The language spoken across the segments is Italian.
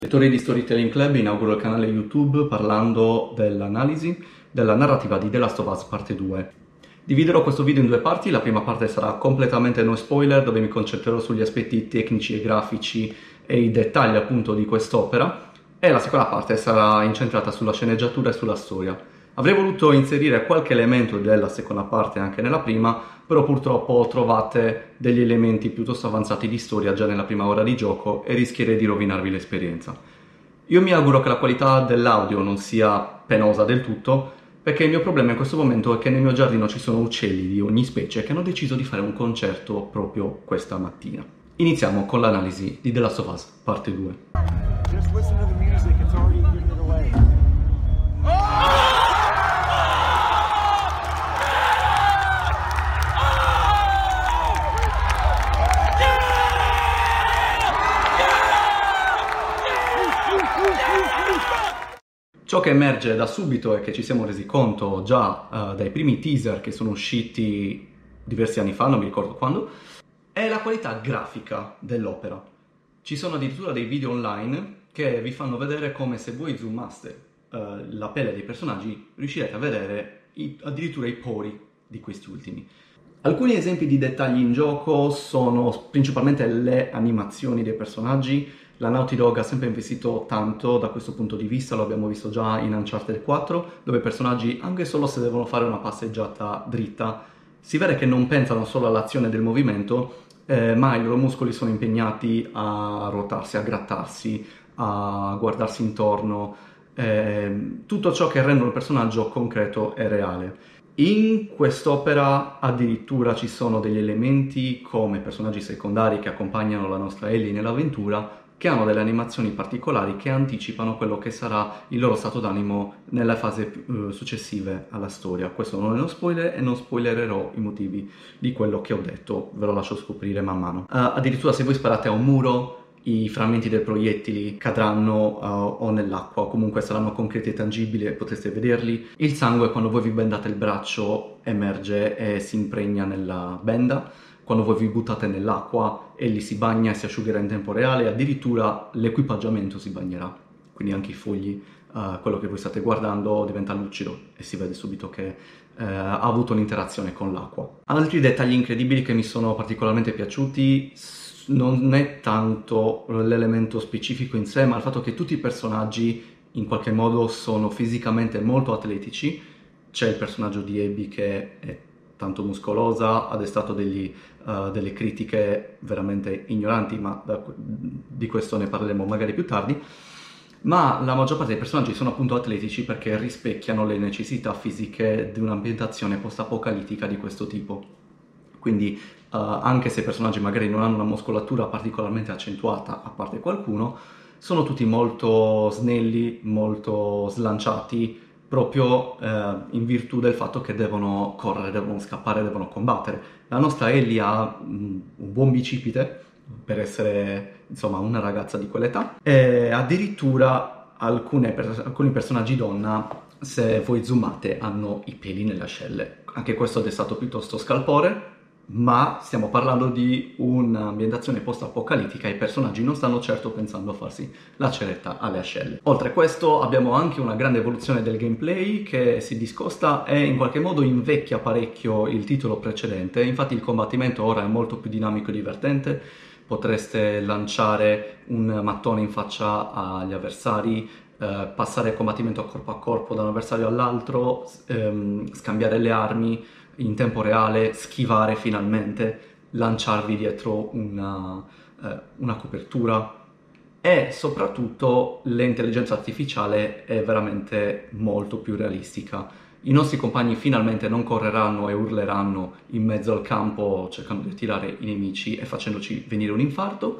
Lettori di Storytelling Club, inauguro il canale YouTube parlando dell'analisi della narrativa di The Last of Us parte 2. Dividerò questo video in due parti, la prima parte sarà completamente no spoiler, dove mi concentrerò sugli aspetti tecnici e grafici e i dettagli appunto di quest'opera, e la seconda parte sarà incentrata sulla sceneggiatura e sulla storia. Avrei voluto inserire qualche elemento della seconda parte anche nella prima, però purtroppo trovate degli elementi piuttosto avanzati di storia già nella prima ora di gioco e rischierei di rovinarvi l'esperienza. Io mi auguro che la qualità dell'audio non sia penosa del tutto, perché il mio problema in questo momento è che nel mio giardino ci sono uccelli di ogni specie che hanno deciso di fare un concerto proprio questa mattina. Iniziamo con l'analisi di The Last of Us parte 2. Just listen to the music, it's already giving it away. Ciò che emerge da subito e che ci siamo resi conto già dai primi teaser che sono usciti diversi anni fa, non mi ricordo quando, è la qualità grafica dell'opera. Ci sono addirittura dei video online che vi fanno vedere come, se voi zoomaste la pelle dei personaggi, riuscirete a vedere addirittura i pori di questi ultimi. Alcuni esempi di dettagli in gioco sono principalmente le animazioni dei personaggi. La Naughty Dog ha sempre investito tanto da questo punto di vista, lo abbiamo visto già in Uncharted 4, dove i personaggi, anche solo se devono fare una passeggiata dritta, si vede che non pensano solo all'azione del movimento, ma i loro muscoli sono impegnati a ruotarsi, a grattarsi, a guardarsi intorno, tutto ciò che rende il personaggio concreto e reale. In quest'opera addirittura ci sono degli elementi come personaggi secondari che accompagnano la nostra Ellie nell'avventura, che hanno delle animazioni particolari che anticipano quello che sarà il loro stato d'animo nelle fasi successive alla storia. Questo non è uno spoiler e non spoilererò i motivi di quello che ho detto, ve lo lascio scoprire man mano. Addirittura se voi sparate a un muro, i frammenti dei proiettili cadranno o nell'acqua, comunque saranno concreti e tangibili e potreste vederli. Il sangue, quando voi vi bendate il braccio, emerge e si impregna nella benda. Quando voi vi buttate nell'acqua, egli si bagna e si asciugherà in tempo reale, addirittura l'equipaggiamento si bagnerà, quindi anche i fogli, quello che voi state guardando diventa lucido e si vede subito che ha avuto un'interazione con l'acqua. Altri dettagli incredibili che mi sono particolarmente piaciuti non è tanto l'elemento specifico in sé, ma il fatto che tutti i personaggi in qualche modo sono fisicamente molto atletici. C'è il personaggio di Abby che è tanto muscolosa, ha destato delle critiche veramente ignoranti, ma di questo ne parleremo magari più tardi. Ma la maggior parte dei personaggi sono appunto atletici perché rispecchiano le necessità fisiche di un'ambientazione post-apocalittica di questo tipo. Quindi anche se i personaggi magari non hanno una muscolatura particolarmente accentuata, a parte qualcuno, sono tutti molto snelli, molto slanciati, proprio in virtù del fatto che devono correre, devono scappare, devono combattere. La nostra Ellie ha un buon bicipite per essere, insomma, una ragazza di quell'età, e addirittura alcuni personaggi donna, se voi zoomate, hanno i peli nelle ascelle. Anche questo è destato piuttosto scalpore, ma stiamo parlando di un'ambientazione post-apocalittica e i personaggi non stanno certo pensando a farsi la ceretta alle ascelle. Oltre a questo abbiamo anche una grande evoluzione del gameplay che si discosta e in qualche modo invecchia parecchio il titolo precedente. Infatti il combattimento ora è molto più dinamico e divertente, potreste lanciare un mattone in faccia agli avversari, passare il combattimento a corpo da un avversario all'altro, scambiare le armi in tempo reale, schivare finalmente, lanciarvi dietro una copertura, e soprattutto l'intelligenza artificiale è veramente molto più realistica. I nostri compagni finalmente non correranno e urleranno in mezzo al campo cercando di attirare i nemici e facendoci venire un infarto,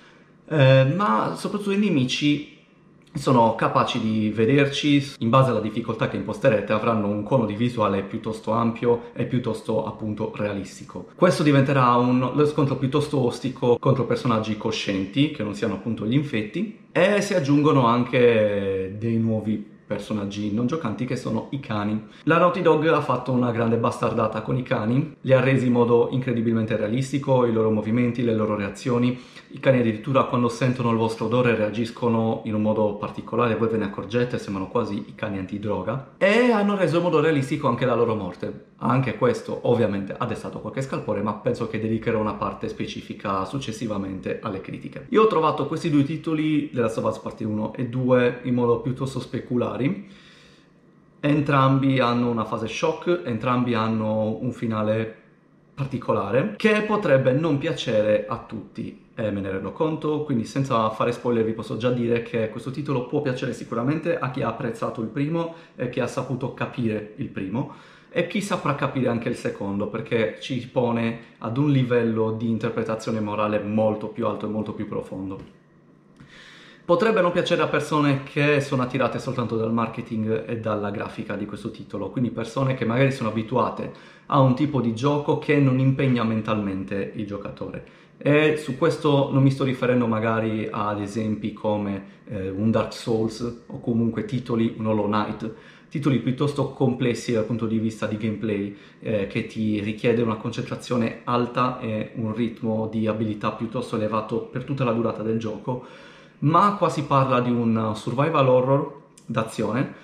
ma soprattutto i nemici sono capaci di vederci. In base alla difficoltà che imposterete avranno un cono di visuale piuttosto ampio e piuttosto appunto realistico. Questo diventerà lo scontro piuttosto ostico contro personaggi coscienti che non siano appunto gli infetti, e si aggiungono anche dei nuovi personaggi non giocanti, che sono i cani. La Naughty Dog ha fatto una grande bastardata con i cani, li ha resi in modo incredibilmente realistico, i loro movimenti, le loro reazioni. I cani addirittura quando sentono il vostro odore reagiscono in un modo particolare, voi ve ne accorgete, sembrano quasi i cani antidroga. E hanno reso in modo realistico anche la loro morte. Anche questo ovviamente ha destato qualche scalpore, ma penso che dedicherò una parte specifica successivamente alle critiche. Io ho trovato questi due titoli, The Last of Us Parte 1 e 2, in modo piuttosto speculari. Entrambi hanno una fase shock, entrambi hanno un finale particolare che potrebbe non piacere a tutti, e me ne rendo conto, quindi senza fare spoiler vi posso già dire che questo titolo può piacere sicuramente a chi ha apprezzato il primo e chi ha saputo capire il primo, e chi saprà capire anche il secondo, perché ci pone ad un livello di interpretazione morale molto più alto e molto più profondo. Potrebbe non piacere a persone che sono attirate soltanto dal marketing e dalla grafica di questo titolo, quindi persone che magari sono abituate a un tipo di gioco che non impegna mentalmente il giocatore. E su questo non mi sto riferendo magari ad esempi come un Dark Souls o comunque titoli, un Hollow Knight, titoli piuttosto complessi dal punto di vista di gameplay, che ti richiede una concentrazione alta e un ritmo di abilità piuttosto elevato per tutta la durata del gioco. Ma qua si parla di un survival horror d'azione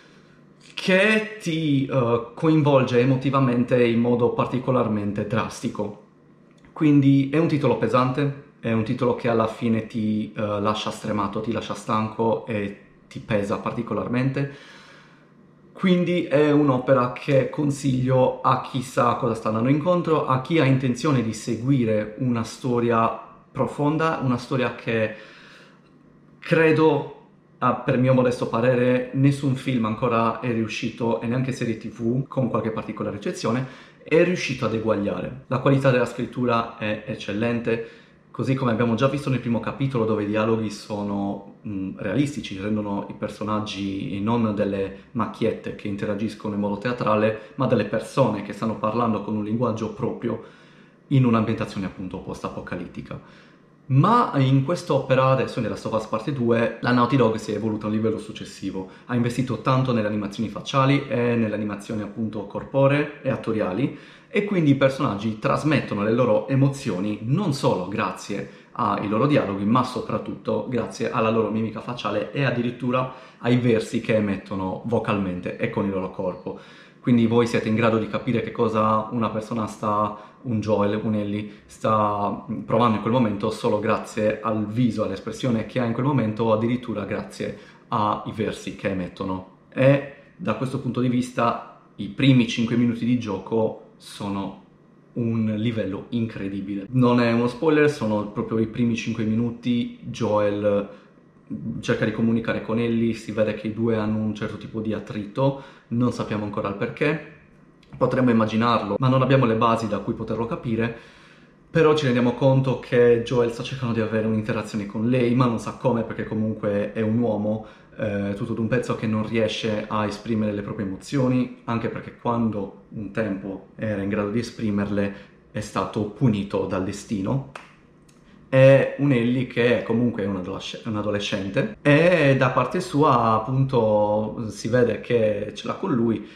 che ti coinvolge emotivamente in modo particolarmente drastico. Quindi è un titolo pesante, è un titolo che alla fine ti lascia stremato, ti lascia stanco e ti pesa particolarmente. Quindi è un'opera che consiglio a chi sa cosa sta andando incontro, a chi ha intenzione di seguire una storia profonda, una storia che credo, per mio modesto parere, nessun film ancora è riuscito, e neanche serie TV, con qualche particolare eccezione, è riuscito ad eguagliare. La qualità della scrittura è eccellente, così come abbiamo già visto nel primo capitolo, dove i dialoghi sono realistici, rendono i personaggi non delle macchiette che interagiscono in modo teatrale, ma delle persone che stanno parlando con un linguaggio proprio in un'ambientazione appunto post-apocalittica. Ma in quest'opera, adesso nella Last of Us Parte 2, la Naughty Dog si è evoluta a un livello successivo. Ha investito tanto nelle animazioni facciali e nelle animazioni appunto corporee e attoriali, e quindi i personaggi trasmettono le loro emozioni non solo grazie ai loro dialoghi, ma soprattutto grazie alla loro mimica facciale e addirittura ai versi che emettono vocalmente e con il loro corpo. Quindi voi siete in grado di capire che cosa una persona un Joel, un Ellie, sta provando in quel momento solo grazie al viso, all'espressione che ha in quel momento, o addirittura grazie ai versi che emettono. E da questo punto di vista i primi 5 minuti di gioco sono un livello incredibile. Non è uno spoiler, sono proprio i primi 5 minuti. Joel cerca di comunicare con Ellie, si vede che i due hanno un certo tipo di attrito, non sappiamo ancora il perché, potremmo immaginarlo, ma non abbiamo le basi da cui poterlo capire. Però ci rendiamo conto che Joel sta cercando di avere un'interazione con lei, ma non sa come, perché comunque è un uomo, tutto d'un pezzo, che non riesce a esprimere le proprie emozioni, anche perché quando un tempo era in grado di esprimerle è stato punito dal destino. È un Ellie che comunque è un adolescente, e da parte sua appunto si vede che ce l'ha con lui,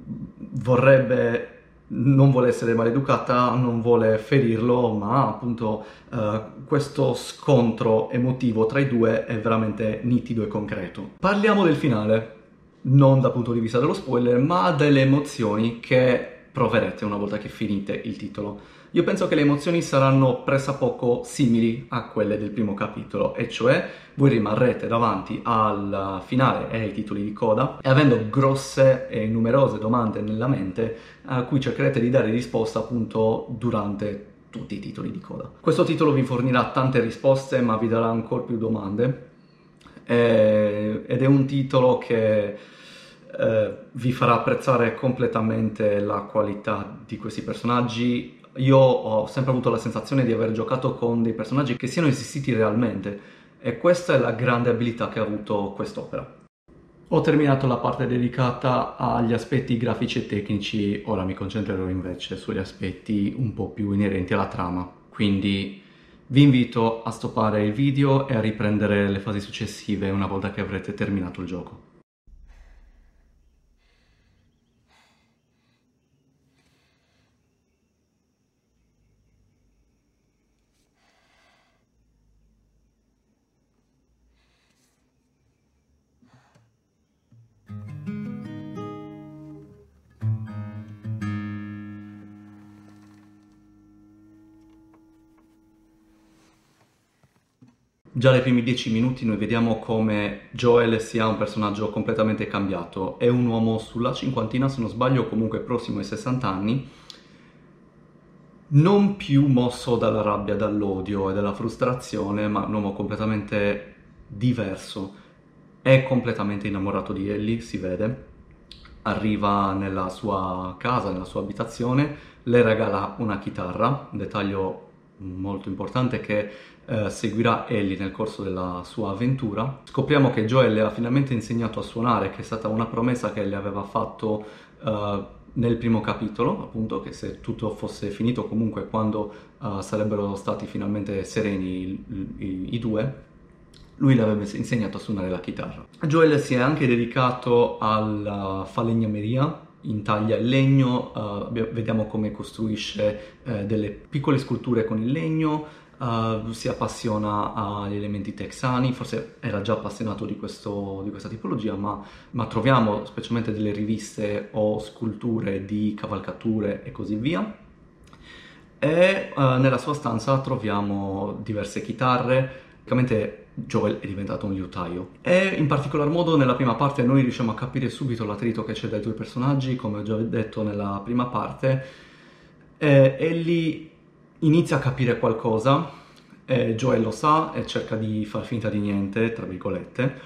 non vuole essere maleducata, non vuole ferirlo, ma appunto questo scontro emotivo tra i due è veramente nitido e concreto. Parliamo del finale, non dal punto di vista dello spoiler, ma delle emozioni che proverete una volta che finite il titolo. Io penso che le emozioni saranno pressappoco simili a quelle del primo capitolo, e cioè voi rimarrete davanti al finale e ai titoli di coda, e avendo grosse e numerose domande nella mente a cui cercherete di dare risposta appunto durante tutti i titoli di coda. Questo titolo vi fornirà tante risposte, ma vi darà ancora più domande, ed è un titolo che vi farà apprezzare completamente la qualità di questi personaggi. Io ho sempre avuto la sensazione di aver giocato con dei personaggi che siano esistiti realmente, e questa è la grande abilità che ha avuto quest'opera. Ho terminato la parte dedicata agli aspetti grafici e tecnici, ora mi concentrerò invece sugli aspetti un po' più inerenti alla trama, quindi vi invito a stoppare il video e a riprendere le fasi successive una volta che avrete terminato il gioco. Già dai primi 10 minuti noi vediamo come Joel sia un personaggio completamente cambiato. È un uomo sulla cinquantina, se non sbaglio, o comunque prossimo ai 60 anni, non più mosso dalla rabbia, dall'odio e dalla frustrazione, ma un uomo completamente diverso. È completamente innamorato di Ellie, si vede. Arriva nella sua casa, nella sua abitazione, le regala una chitarra, un dettaglio molto importante che seguirà Ellie nel corso della sua avventura. Scopriamo che Joel le ha finalmente insegnato a suonare, che è stata una promessa che le aveva fatto nel primo capitolo, appunto, che se tutto fosse finito comunque quando sarebbero stati finalmente sereni i due, lui le aveva insegnato a suonare la chitarra. Joel si è anche dedicato alla falegnameria, intaglia il legno, vediamo come costruisce delle piccole sculture con il legno, si appassiona agli elementi texani, forse era già appassionato di questa tipologia, ma troviamo specialmente delle riviste o sculture di cavalcature e così via. E nella sua stanza troviamo diverse chitarre. Praticamente Joel è diventato un liutaio. E in particolar modo nella prima parte noi riusciamo a capire subito l'attrito che c'è dai due personaggi, come ho già detto nella prima parte. Ellie inizia a capire qualcosa, Joel lo sa e cerca di far finta di niente, tra virgolette,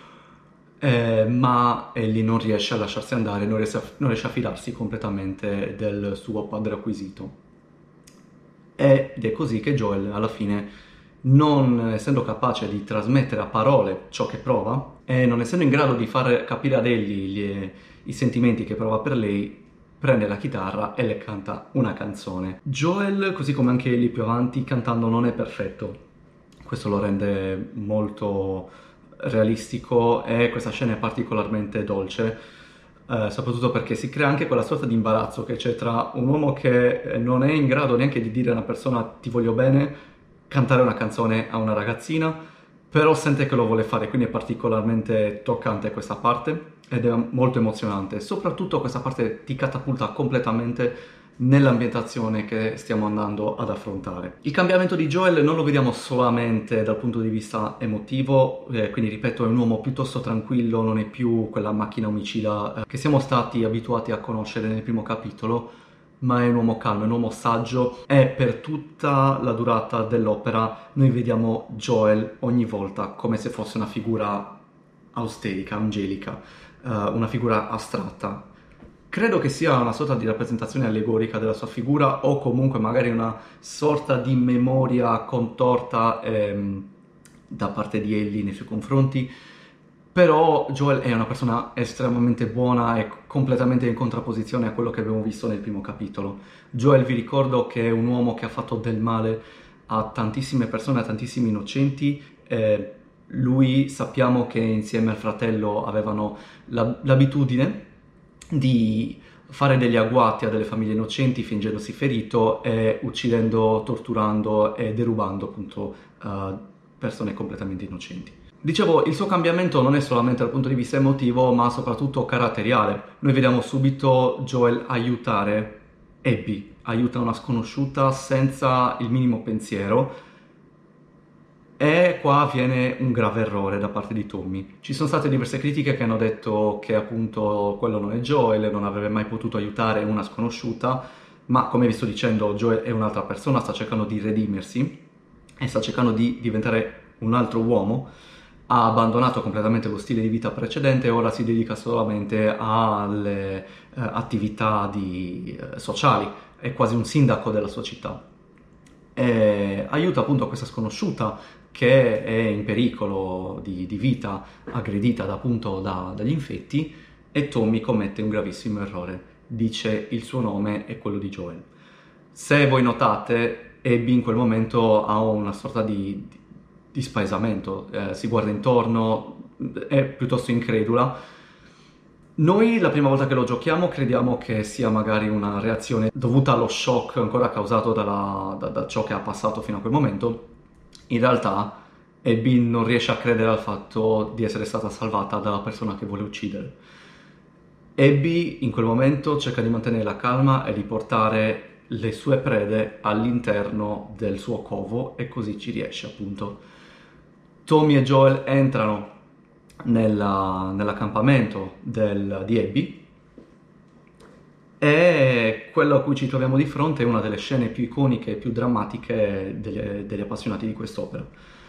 ma Ellie non riesce a lasciarsi andare, non riesce a fidarsi completamente del suo padre acquisito. Ed è così che Joel alla fine, non essendo capace di trasmettere a parole ciò che prova e non essendo in grado di far capire ad Ellie i sentimenti che prova per lei, prende la chitarra e le canta una canzone. Joel, così come anche Ellie più avanti, cantando non è perfetto. Questo lo rende molto realistico e questa scena è particolarmente dolce, soprattutto perché si crea anche quella sorta di imbarazzo che c'è tra un uomo che non è in grado neanche di dire a una persona ti voglio bene, cantare una canzone a una ragazzina, però sente che lo vuole fare, quindi è particolarmente toccante questa parte ed è molto emozionante. Soprattutto questa parte ti catapulta completamente nell'ambientazione che stiamo andando ad affrontare. Il cambiamento di Joel non lo vediamo solamente dal punto di vista emotivo, quindi ripeto è un uomo piuttosto tranquillo, non è più quella macchina omicida che siamo stati abituati a conoscere nel primo capitolo, ma è un uomo calmo, è un uomo saggio e per tutta la durata dell'opera noi vediamo Joel ogni volta come se fosse una figura austerica, angelica, una figura astratta. Credo che sia una sorta di rappresentazione allegorica della sua figura o comunque magari una sorta di memoria contorta da parte di Ellie nei suoi confronti, però Joel è una persona estremamente buona e completamente in contrapposizione a quello che abbiamo visto nel primo capitolo. Joel, vi ricordo che è un uomo che ha fatto del male a tantissime persone, a tantissimi innocenti. Lui sappiamo che insieme al fratello avevano l'abitudine di fare degli agguati a delle famiglie innocenti fingendosi ferito e uccidendo, torturando e derubando appunto persone completamente innocenti. Dicevo, il suo cambiamento non è solamente dal punto di vista emotivo, ma soprattutto caratteriale. Noi vediamo subito Joel aiutare Abby, aiuta una sconosciuta senza il minimo pensiero. E qua avviene un grave errore da parte di Tommy. Ci sono state diverse critiche che hanno detto che appunto quello non è Joel, non avrebbe mai potuto aiutare una sconosciuta, ma come vi sto dicendo Joel è un'altra persona, sta cercando di redimersi e sta cercando di diventare un altro uomo. Ha abbandonato completamente lo stile di vita precedente e ora si dedica solamente alle attività sociali, è quasi un sindaco della sua città. E aiuta appunto questa sconosciuta che è in pericolo di vita, aggredita appunto dagli infetti, e Tommy commette un gravissimo errore, dice il suo nome e quello di Joel. Se voi notate, Abby in quel momento ha una sorta di spaesamento, si guarda intorno, è piuttosto incredula. Noi la prima volta che lo giochiamo crediamo che sia magari una reazione dovuta allo shock ancora causato da ciò che ha passato fino a quel momento. In realtà Abby non riesce a credere al fatto di essere stata salvata dalla persona che vuole uccidere. Abby in quel momento cerca di mantenere la calma e di portare le sue prede all'interno del suo covo e così ci riesce appunto. Tommy e Joel entrano nell'accampamento di Abby e quello a cui ci troviamo di fronte è una delle scene più iconiche e più drammatiche degli appassionati di quest'opera.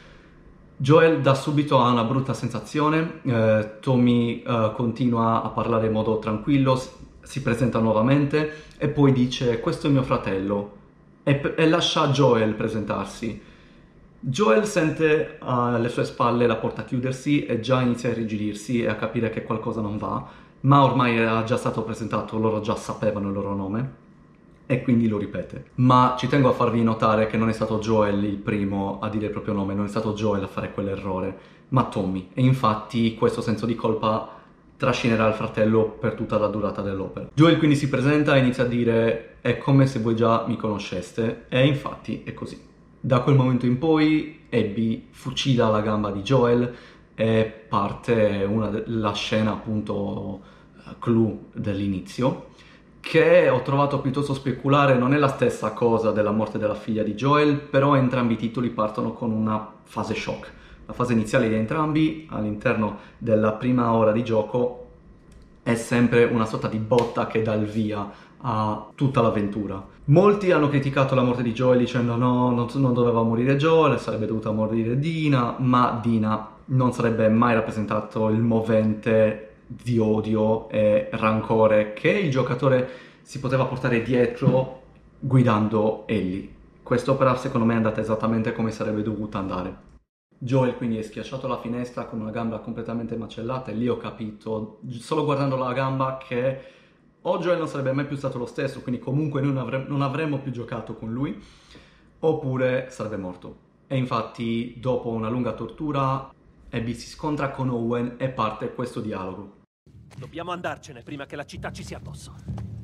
Joel da subito ha una brutta sensazione, Tommy continua a parlare in modo tranquillo, si presenta nuovamente e poi dice questo è mio fratello e lascia Joel presentarsi. Joel sente alle sue spalle la porta chiudersi e già inizia a irrigidirsi e a capire che qualcosa non va, ma ormai era già stato presentato, loro già sapevano il loro nome e quindi lo ripete. Ma ci tengo a farvi notare che non è stato Joel il primo a dire il proprio nome, non è stato Joel a fare quell'errore, ma Tommy. E infatti questo senso di colpa trascinerà il fratello per tutta la durata dell'opera. Joel quindi si presenta e inizia a dire è come se voi già mi conosceste, e infatti è così. Da quel momento in poi Abby fucila la gamba di Joel e parte la scena appunto clou dell'inizio, che ho trovato piuttosto speculare. Non è la stessa cosa della morte della figlia di Joel, però entrambi i titoli partono con una fase shock. La fase iniziale di entrambi, all'interno della prima ora di gioco, è sempre una sorta di botta che dà il via a tutta l'avventura. Molti hanno criticato la morte di Joel dicendo no, non doveva morire Joel, sarebbe dovuta morire Dina, ma Dina non sarebbe mai rappresentato il movente di odio e rancore che il giocatore si poteva portare dietro guidando Ellie. Quest'opera secondo me è andata esattamente come sarebbe dovuta andare. Joel quindi è schiacciato alla finestra con una gamba completamente macellata e lì ho capito, solo guardando la gamba, che o Joel non sarebbe mai più stato lo stesso, quindi comunque noi non avremmo più giocato con lui, oppure sarebbe morto. E infatti dopo una lunga tortura Abby si scontra con Owen e parte questo dialogo. Dobbiamo andarcene prima che la città ci sia addosso.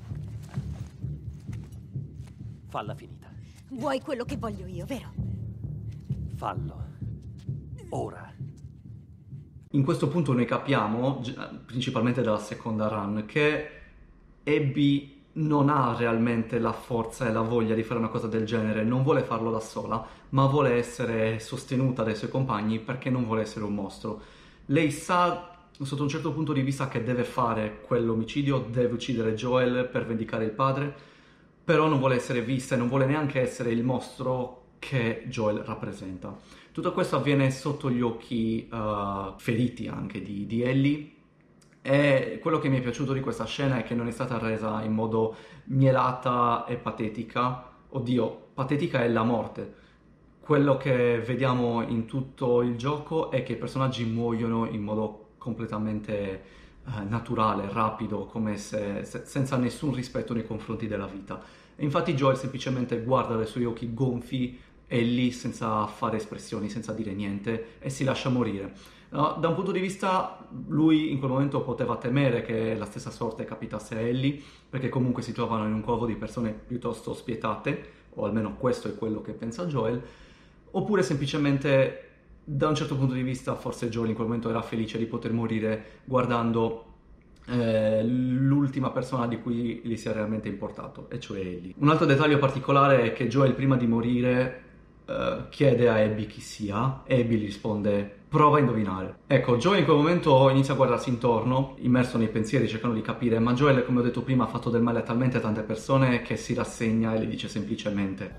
Falla finita. Vuoi quello che voglio io, vero? Fallo. Ora. In questo punto noi capiamo, principalmente dalla seconda run, che Abby non ha realmente la forza e la voglia di fare una cosa del genere, non vuole farlo da sola, ma vuole essere sostenuta dai suoi compagni perché non vuole essere un mostro. Lei sa, sotto un certo punto di vista, che deve fare quell'omicidio, deve uccidere Joel per vendicare il padre, però non vuole essere vista e non vuole neanche essere il mostro che Joel rappresenta. Tutto questo avviene sotto gli occhi feriti anche di Ellie, e quello che mi è piaciuto di questa scena è che non è stata resa in modo mielata e patetica. Oddio, patetica è la morte. Quello che vediamo in tutto il gioco è che i personaggi muoiono in modo completamente naturale, rapido, come se senza nessun rispetto nei confronti della vita. E infatti Joel semplicemente guarda dai suoi occhi gonfi Ellie senza fare espressioni, senza dire niente, e si lascia morire. No, da un punto di vista, lui in quel momento poteva temere che la stessa sorte capitasse a Ellie, perché comunque si trovano in un covo di persone piuttosto spietate, o almeno questo è quello che pensa Joel, oppure semplicemente da un certo punto di vista forse Joel in quel momento era felice di poter morire guardando l'ultima persona di cui gli sia realmente importato, e cioè Ellie. Un altro dettaglio particolare è che Joel prima di morire chiede a Abby chi sia, e Abby gli risponde prova a indovinare. Ecco, Joel in quel momento inizia a guardarsi intorno, immerso nei pensieri, cercando di capire, ma Joel, come ho detto prima, ha fatto del male a talmente tante persone che si rassegna e le dice semplicemente: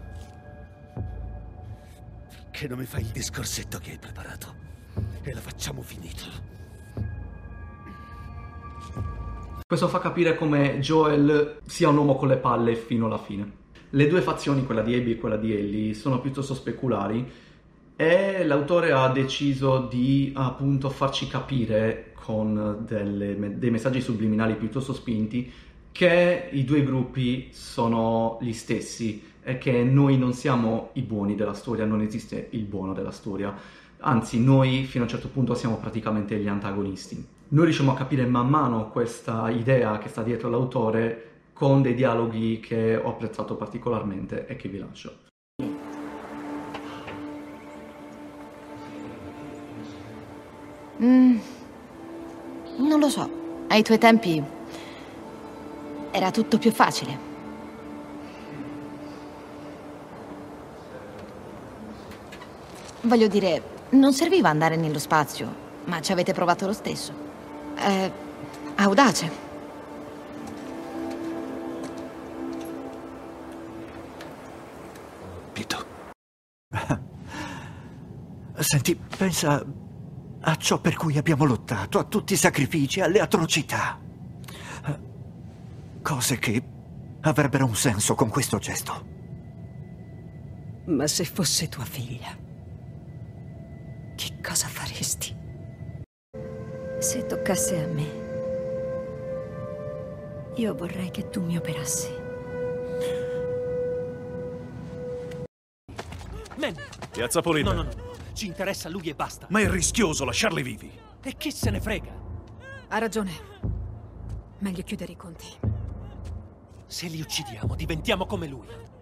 Che non mi fai il discorsetto che hai preparato e la facciamo finita. Questo fa capire come Joel sia un uomo con le palle fino alla fine. Le due fazioni, quella di Abby e quella di Ellie, sono piuttosto speculari, e l'autore ha deciso di appunto farci capire con dei messaggi subliminali piuttosto spinti che i due gruppi sono gli stessi e che noi non siamo i buoni della storia, non esiste il buono della storia, anzi noi fino a un certo punto siamo praticamente gli antagonisti. Noi riusciamo a capire man mano questa idea che sta dietro l'autore con dei dialoghi che ho apprezzato particolarmente e che vi lascio. Non lo so. Ai tuoi tempi era tutto più facile. Voglio dire, Non serviva andare nello spazio, ma ci avete provato lo stesso. È audace. Pito. Senti, pensa a ciò per cui abbiamo lottato, a tutti i sacrifici, alle atrocità. Cose che avrebbero un senso con questo gesto. Ma se fosse tua figlia, che cosa faresti? Se toccasse a me, io vorrei che tu mi operassi. Men, Piazza pulita. no. Ci interessa lui e basta. Ma è rischioso lasciarli vivi. E chi se ne frega? Ha ragione. Meglio chiudere i conti. Se li uccidiamo, diventiamo come lui.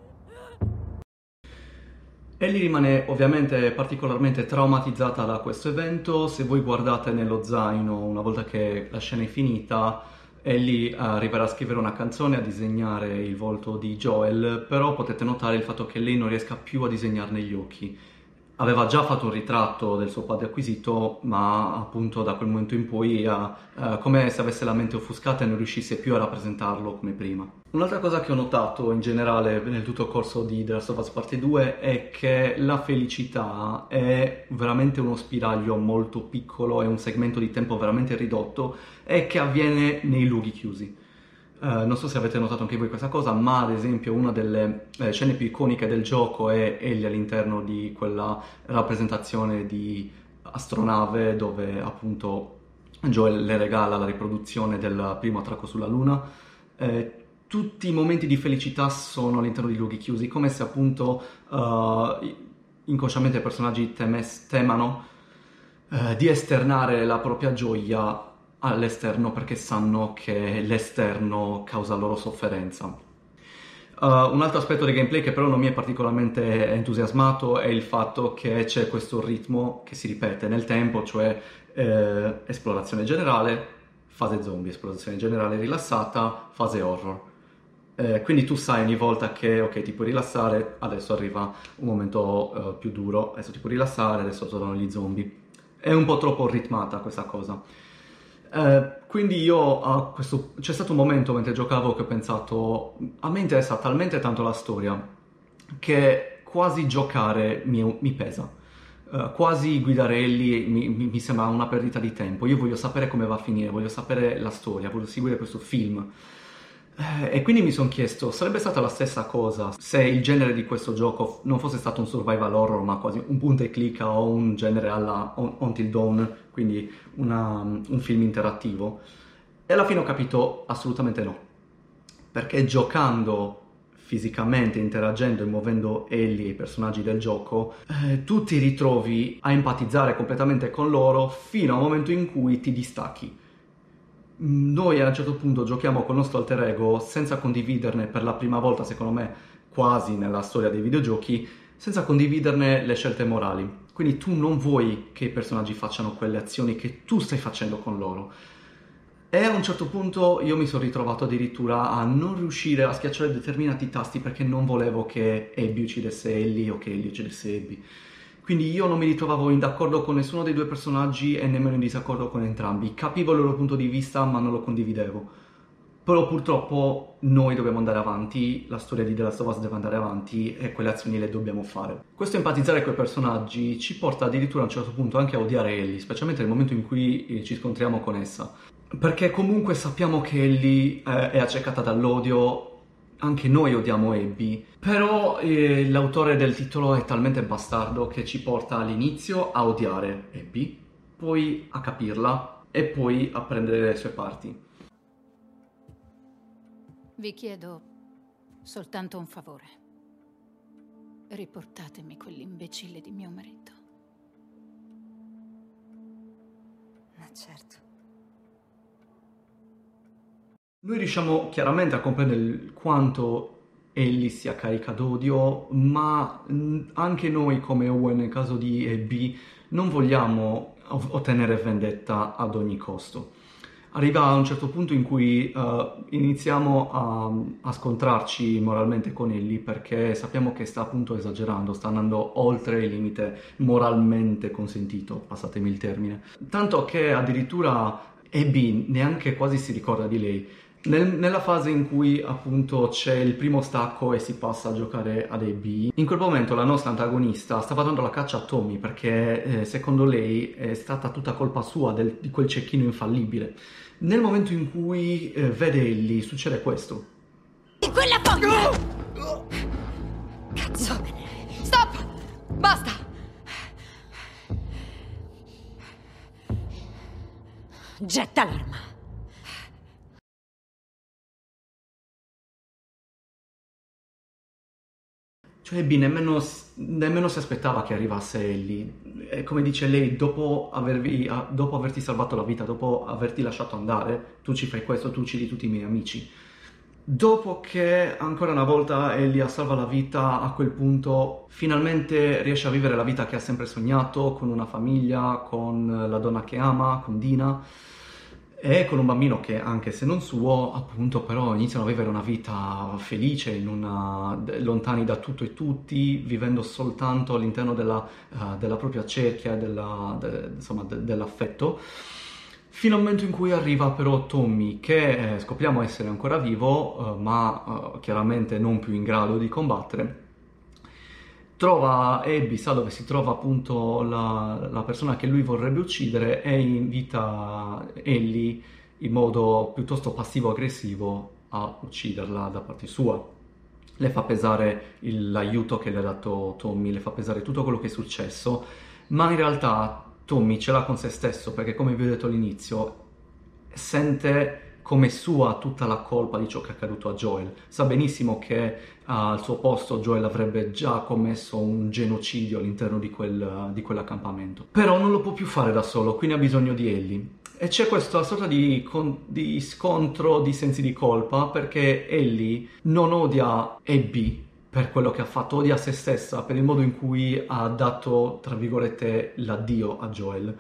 Ellie rimane ovviamente particolarmente traumatizzata da questo evento. Se voi guardate nello zaino, una volta che la scena è finita, Ellie arriverà a scrivere una canzone, a disegnare il volto di Joel, però potete notare il fatto che lei non riesca più a disegnarne gli occhi. Aveva già fatto un ritratto del suo padre acquisito, ma appunto da quel momento in poi come se avesse la mente offuscata e non riuscisse più a rappresentarlo come prima. Un'altra cosa che ho notato in generale nel tutto il corso di The Last of Us Parte 2 è che la felicità è veramente uno spiraglio molto piccolo, è un segmento di tempo veramente ridotto e che avviene nei luoghi chiusi. Non so se avete notato anche voi questa cosa, ma ad esempio una delle scene più iconiche del gioco è Ellie all'interno di quella rappresentazione di astronave dove appunto Joel le regala la riproduzione del primo attracco sulla Luna. Tutti i momenti di felicità sono all'interno di luoghi chiusi, come se appunto inconsciamente i personaggi temano di esternare la propria gioia all'esterno perché sanno che l'esterno causa loro sofferenza. Un altro aspetto del gameplay che però non mi è particolarmente entusiasmato è il fatto che c'è questo ritmo che si ripete nel tempo, cioè esplorazione generale, fase zombie, esplorazione generale rilassata, fase horror. Quindi tu sai ogni volta che ok, ti puoi rilassare, adesso arriva un momento più duro, adesso ti puoi rilassare, adesso tornano gli zombie. È un po' troppo ritmata questa cosa. Quindi io c'è stato un momento mentre giocavo che ho pensato, a me interessa talmente tanto la storia che quasi giocare mi pesa, quasi guidare Ellie mi sembra una perdita di tempo. Io voglio sapere come va a finire, voglio sapere la storia, voglio seguire questo film. E quindi mi sono chiesto, sarebbe stata la stessa cosa se il genere di questo gioco non fosse stato un survival horror, ma quasi un punta e clicca o un genere alla Until Dawn, quindi un film interattivo? E alla fine ho capito assolutamente no, perché giocando fisicamente, interagendo e muovendo Ellie e i personaggi del gioco, tu ti ritrovi a empatizzare completamente con loro fino a un momento in cui ti distacchi. Noi a un certo punto giochiamo col nostro alter ego senza condividerne per la prima volta, secondo me, quasi nella storia dei videogiochi, senza condividerne le scelte morali. Quindi tu non vuoi che i personaggi facciano quelle azioni che tu stai facendo con loro. E a un certo punto io mi sono ritrovato addirittura a non riuscire a schiacciare determinati tasti perché non volevo che Abby uccidesse Ellie o che Ellie uccidesse Abby. Quindi io non mi ritrovavo in d'accordo con nessuno dei due personaggi e nemmeno in disaccordo con entrambi. Capivo il loro punto di vista, ma non lo condividevo. Però purtroppo noi dobbiamo andare avanti, la storia di The Last of Us deve andare avanti e quelle azioni le dobbiamo fare. Questo empatizzare con i personaggi ci porta addirittura a un certo punto anche a odiare Ellie, specialmente nel momento in cui ci scontriamo con essa. Perché comunque sappiamo che Ellie è accecata dall'odio. Anche noi odiamo Abby, però l'autore del titolo è talmente bastardo che ci porta all'inizio a odiare Abby, poi a capirla e poi a prendere le sue parti. Vi chiedo soltanto un favore. Riportatemi quell'imbecille di mio marito. Ma certo. Noi riusciamo chiaramente a comprendere quanto Ellie sia carica d'odio, ma anche noi come Owen nel caso di Abby non vogliamo ottenere vendetta ad ogni costo. Arriva a un certo punto in cui iniziamo a scontrarci moralmente con Ellie, perché sappiamo che sta appunto esagerando, sta andando oltre il limite moralmente consentito, passatemi il termine. Tanto che addirittura Abby neanche quasi si ricorda di lei. Nella fase in cui appunto c'è il primo stacco e si passa a giocare ad Abby, in quel momento la nostra antagonista stava dando la caccia a Tommy, perché secondo lei è stata tutta colpa sua di quel cecchino infallibile. Nel momento in cui vede Ellie succede questo. In quella foglia! Cazzo! Stop! Basta! Getta l'arma. Cioè Abby nemmeno si aspettava che arrivasse Ellie. Come dice lei, dopo averti salvato la vita, dopo averti lasciato andare, tu ci fai questo, tu uccidi tutti i miei amici. Dopo che ancora una volta Ellie salva la vita, a quel punto finalmente riesce a vivere la vita che ha sempre sognato, con una famiglia, con la donna che ama, con Dina, e con un bambino che, anche se non suo, appunto, però iniziano a vivere una vita felice, lontani da tutto e tutti, vivendo soltanto all'interno della propria cerchia, dell'affetto. Fino al momento in cui arriva però Tommy, che scopriamo essere ancora vivo, ma chiaramente non più in grado di combattere. Trova Abby, sa dove si trova appunto la persona che lui vorrebbe uccidere, e invita Ellie in modo piuttosto passivo-aggressivo a ucciderla da parte sua. Le fa pesare l'aiuto che le ha dato Tommy, le fa pesare tutto quello che è successo, ma in realtà Tommy ce l'ha con se stesso, perché come vi ho detto all'inizio sente come sua tutta la colpa di ciò che è accaduto a Joel. Sa benissimo che al suo posto Joel avrebbe già commesso un genocidio all'interno di quell'accampamento. Però non lo può più fare da solo, quindi ha bisogno di Ellie. E c'è questa sorta di scontro di sensi di colpa, perché Ellie non odia Abby per quello che ha fatto, odia se stessa per il modo in cui ha dato, tra virgolette, l'addio a Joel.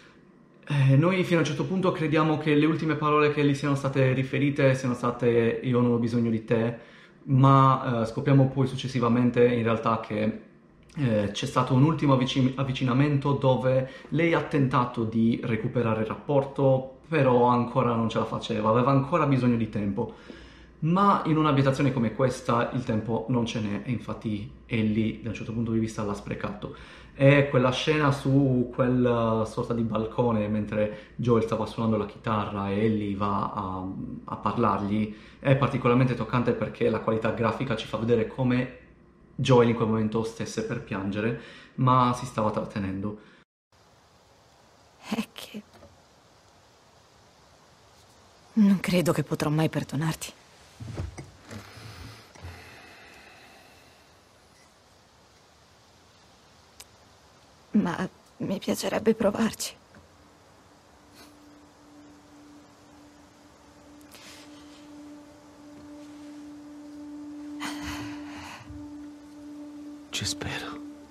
Noi fino a un certo punto crediamo che le ultime parole che gli siano state riferite siano state "io non ho bisogno di te", ma scopriamo poi successivamente in realtà che c'è stato un ultimo avvicinamento dove lei ha tentato di recuperare il rapporto, però ancora non ce la faceva, aveva ancora bisogno di tempo. Ma in un'abitazione come questa il tempo non ce n'è, e infatti Ellie da un certo punto di vista l'ha sprecato. E quella scena su quel sorta di balcone mentre Joel stava suonando la chitarra e Ellie va a parlargli è particolarmente toccante, perché la qualità grafica ci fa vedere come Joel in quel momento stesse per piangere, ma si stava trattenendo. È che non credo che potrò mai perdonarti. Ma mi piacerebbe provarci. Ci spero.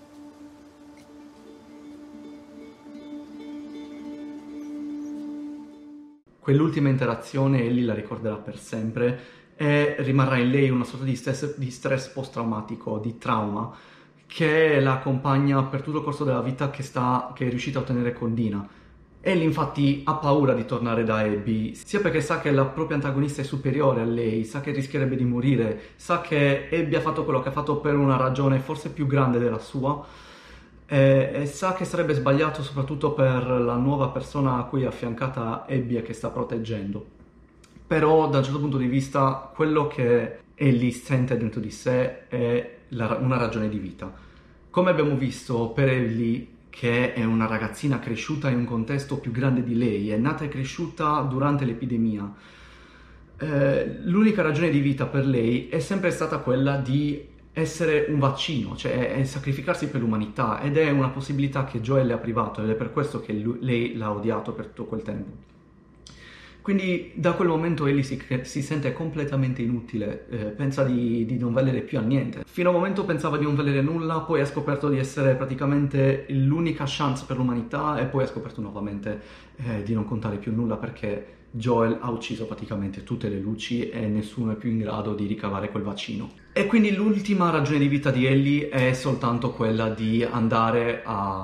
Quell'ultima interazione Ellie la ricorderà per sempre e rimarrà in lei una sorta di stress post-traumatico, di trauma, che la accompagna per tutto il corso della vita che è riuscita a ottenere con Dina. Ellie infatti ha paura di tornare da Abby, sia perché sa che la propria antagonista è superiore a lei, sa che rischierebbe di morire, sa che Abby ha fatto quello che ha fatto per una ragione forse più grande della sua, e sa che sarebbe sbagliato soprattutto per la nuova persona a cui è affiancata Abby e che sta proteggendo. Però da un certo punto di vista quello che Ellie sente dentro di sé è una ragione di vita. Come abbiamo visto per Ellie, che è una ragazzina cresciuta in un contesto più grande di lei, è nata e cresciuta durante l'epidemia, l'unica ragione di vita per lei è sempre stata quella di essere un vaccino, cioè è sacrificarsi per l'umanità, ed è una possibilità che Joel le ha privato, ed è per questo che lei l'ha odiato per tutto quel tempo. Quindi da quel momento Ellie si sente completamente inutile, pensa di non valere più a niente. Fino a un momento pensava di non valere nulla, poi ha scoperto di essere praticamente l'unica chance per l'umanità, e poi ha scoperto nuovamente di non contare più nulla perché Joel ha ucciso praticamente tutte le luci e nessuno è più in grado di ricavare quel vaccino. E quindi l'ultima ragione di vita di Ellie è soltanto quella di andare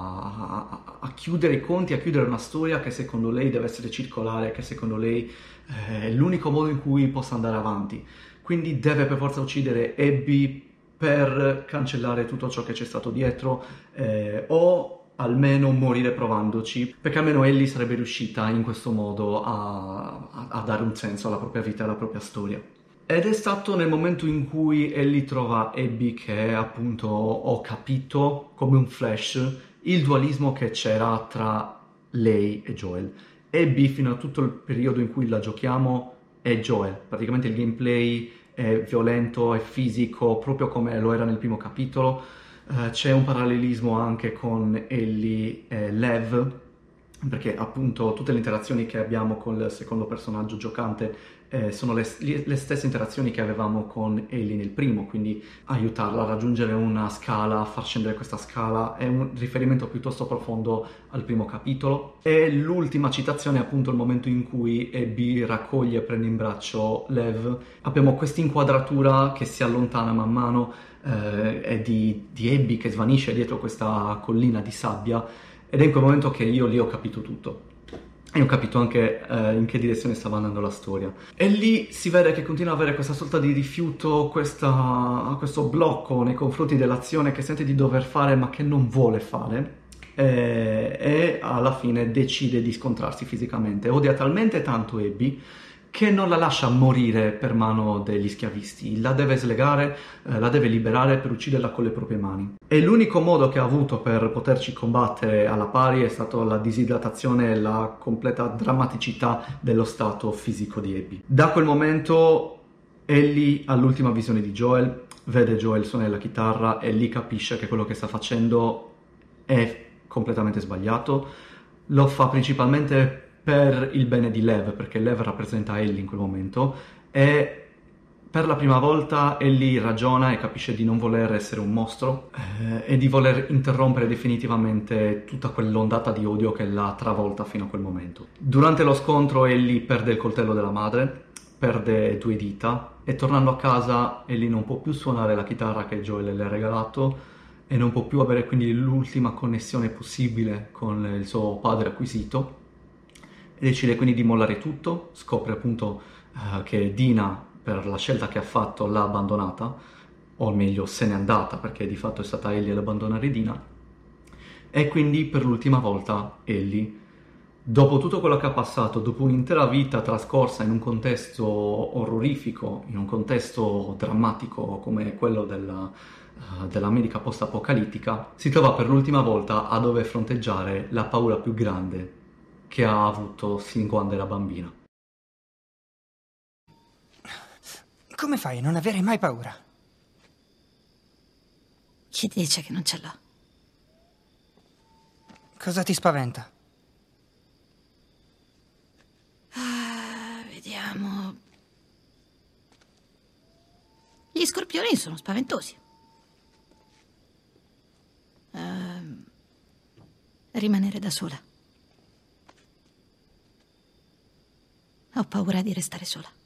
a chiudere i conti, a chiudere una storia che secondo lei deve essere circolare, che secondo lei è l'unico modo in cui possa andare avanti. Quindi deve per forza uccidere Abby per cancellare tutto ciò che c'è stato dietro, o almeno morire provandoci, perché almeno Ellie sarebbe riuscita in questo modo a dare un senso alla propria vita e alla propria storia. Ed è stato nel momento in cui Ellie trova Abby che appunto ho capito come un flash il dualismo che c'era tra lei e Joel. Abby fino a tutto il periodo in cui la giochiamo è Joel, praticamente il gameplay è violento, è fisico, proprio come lo era nel primo capitolo. C'è un parallelismo anche con Ellie e Lev, perché appunto tutte le interazioni che abbiamo con il secondo personaggio giocante sono le stesse interazioni che avevamo con Ellie nel primo, quindi aiutarla a raggiungere una scala, far scendere questa scala, è un riferimento piuttosto profondo al primo capitolo. E l'ultima citazione è appunto il momento in cui Abby raccoglie e prende in braccio Lev. Abbiamo questa inquadratura che si allontana man mano, è di Abby che svanisce dietro questa collina di sabbia, ed è in quel momento che io lì ho capito tutto. E ho capito anche in che direzione stava andando la storia. E lì si vede che continua ad avere questa sorta di rifiuto, questo blocco nei confronti dell'azione che sente di dover fare ma che non vuole fare. E alla fine decide di scontrarsi fisicamente. Odia talmente tanto Abby che non la lascia morire per mano degli schiavisti, la deve slegare, la deve liberare per ucciderla con le proprie mani. E l'unico modo che ha avuto per poterci combattere alla pari è stato la disidratazione e la completa drammaticità dello stato fisico di Abby. Da quel momento Ellie ha l'ultima visione di Joel, vede Joel suonare la chitarra e lì capisce che quello che sta facendo è completamente sbagliato. Lo fa principalmente per il bene di Lev, perché Lev rappresenta Ellie in quel momento, e per la prima volta Ellie ragiona e capisce di non voler essere un mostro e di voler interrompere definitivamente tutta quell'ondata di odio che l'ha travolta fino a quel momento. Durante lo scontro Ellie perde il coltello della madre, perde 2 dita e tornando a casa Ellie non può più suonare la chitarra che Joel le ha regalato e non può più avere quindi l'ultima connessione possibile con il suo padre acquisito. E decide quindi di mollare tutto, scopre appunto che Dina per la scelta che ha fatto l'ha abbandonata, o meglio se n'è andata perché di fatto è stata Ellie ad abbandonare Dina, e quindi per l'ultima volta Ellie, dopo tutto quello che ha passato, dopo un'intera vita trascorsa in un contesto orrorifico, in un contesto drammatico come quello dell'America post-apocalittica, si trova per l'ultima volta a dover fronteggiare la paura più grande che ha avuto sin quando era bambina. Come fai a non avere mai paura? Chi dice che non ce l'ho? Cosa ti spaventa? Vediamo. Gli scorpioni sono spaventosi. Rimanere da sola. Ho paura di restare sola.